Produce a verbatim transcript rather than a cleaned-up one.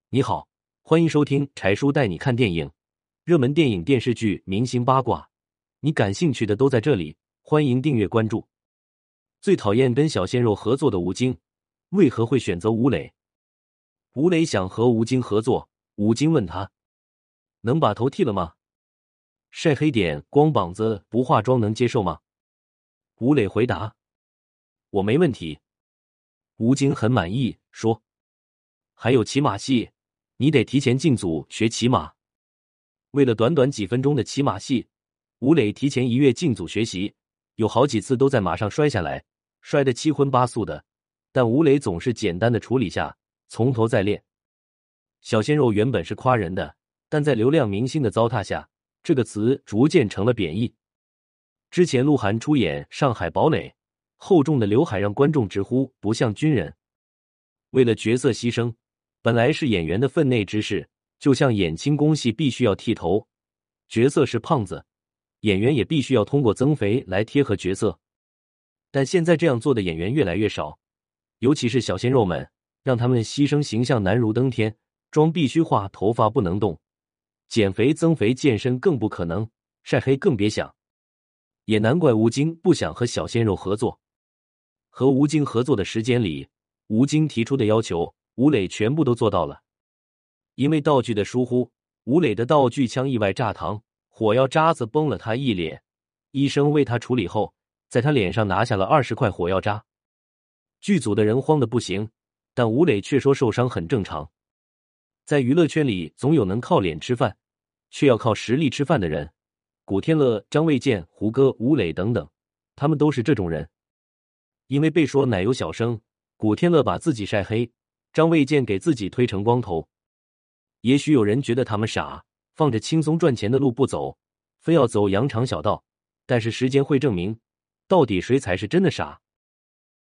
你好，欢迎收听柴叔带你看电影，热门电影、电视剧、明星八卦，你感兴趣的都在这里，欢迎订阅关注。最讨厌跟小鲜肉合作的吴京，为何会选择吴磊？吴磊想和吴京合作，吴京问他，能把头剃了吗？晒黑点，光膀子不化妆能接受吗？吴磊回答，我没问题。吴京很满意，说，还有骑马戏，你得提前进组学骑马。为了短短几分钟的骑马戏，吴磊提前一月进组学习，有好几次都在马上摔下来，摔得七荤八素的，但吴磊总是简单的处理下，从头再练。小鲜肉原本是夸人的，但在流量明星的糟蹋下，这个词逐渐成了贬义。之前鹿晗出演《上海堡垒》，厚重的刘海让观众直呼不像军人。为了角色牺牲，本来是演员的分内之事，就像演清宫戏必须要剃头，角色是胖子，演员也必须要通过增肥来贴合角色。但现在这样做的演员越来越少，尤其是小鲜肉们，让他们牺牲形象难如登天，妆必须化，头发不能动，减肥增肥健身更不可能，晒黑更别想。也难怪吴京不想和小鲜肉合作。和吴京合作的时间里，吴京提出的要求，吴磊全部都做到了。因为道具的疏忽，吴磊的道具枪意外炸膛，火药渣子崩了他一脸，医生为他处理后，在他脸上拿下了二十块火药渣。剧组的人慌得不行，但吴磊却说受伤很正常。在娱乐圈里，总有能靠脸吃饭，却要靠实力吃饭的人。古天乐、张卫健、胡歌、吴磊等等，他们都是这种人。因为被说奶油小生，古天乐把自己晒黑，张卫健给自己推成光头。也许有人觉得他们傻，放着轻松赚钱的路不走，非要走羊肠小道，但是时间会证明，到底谁才是真的傻。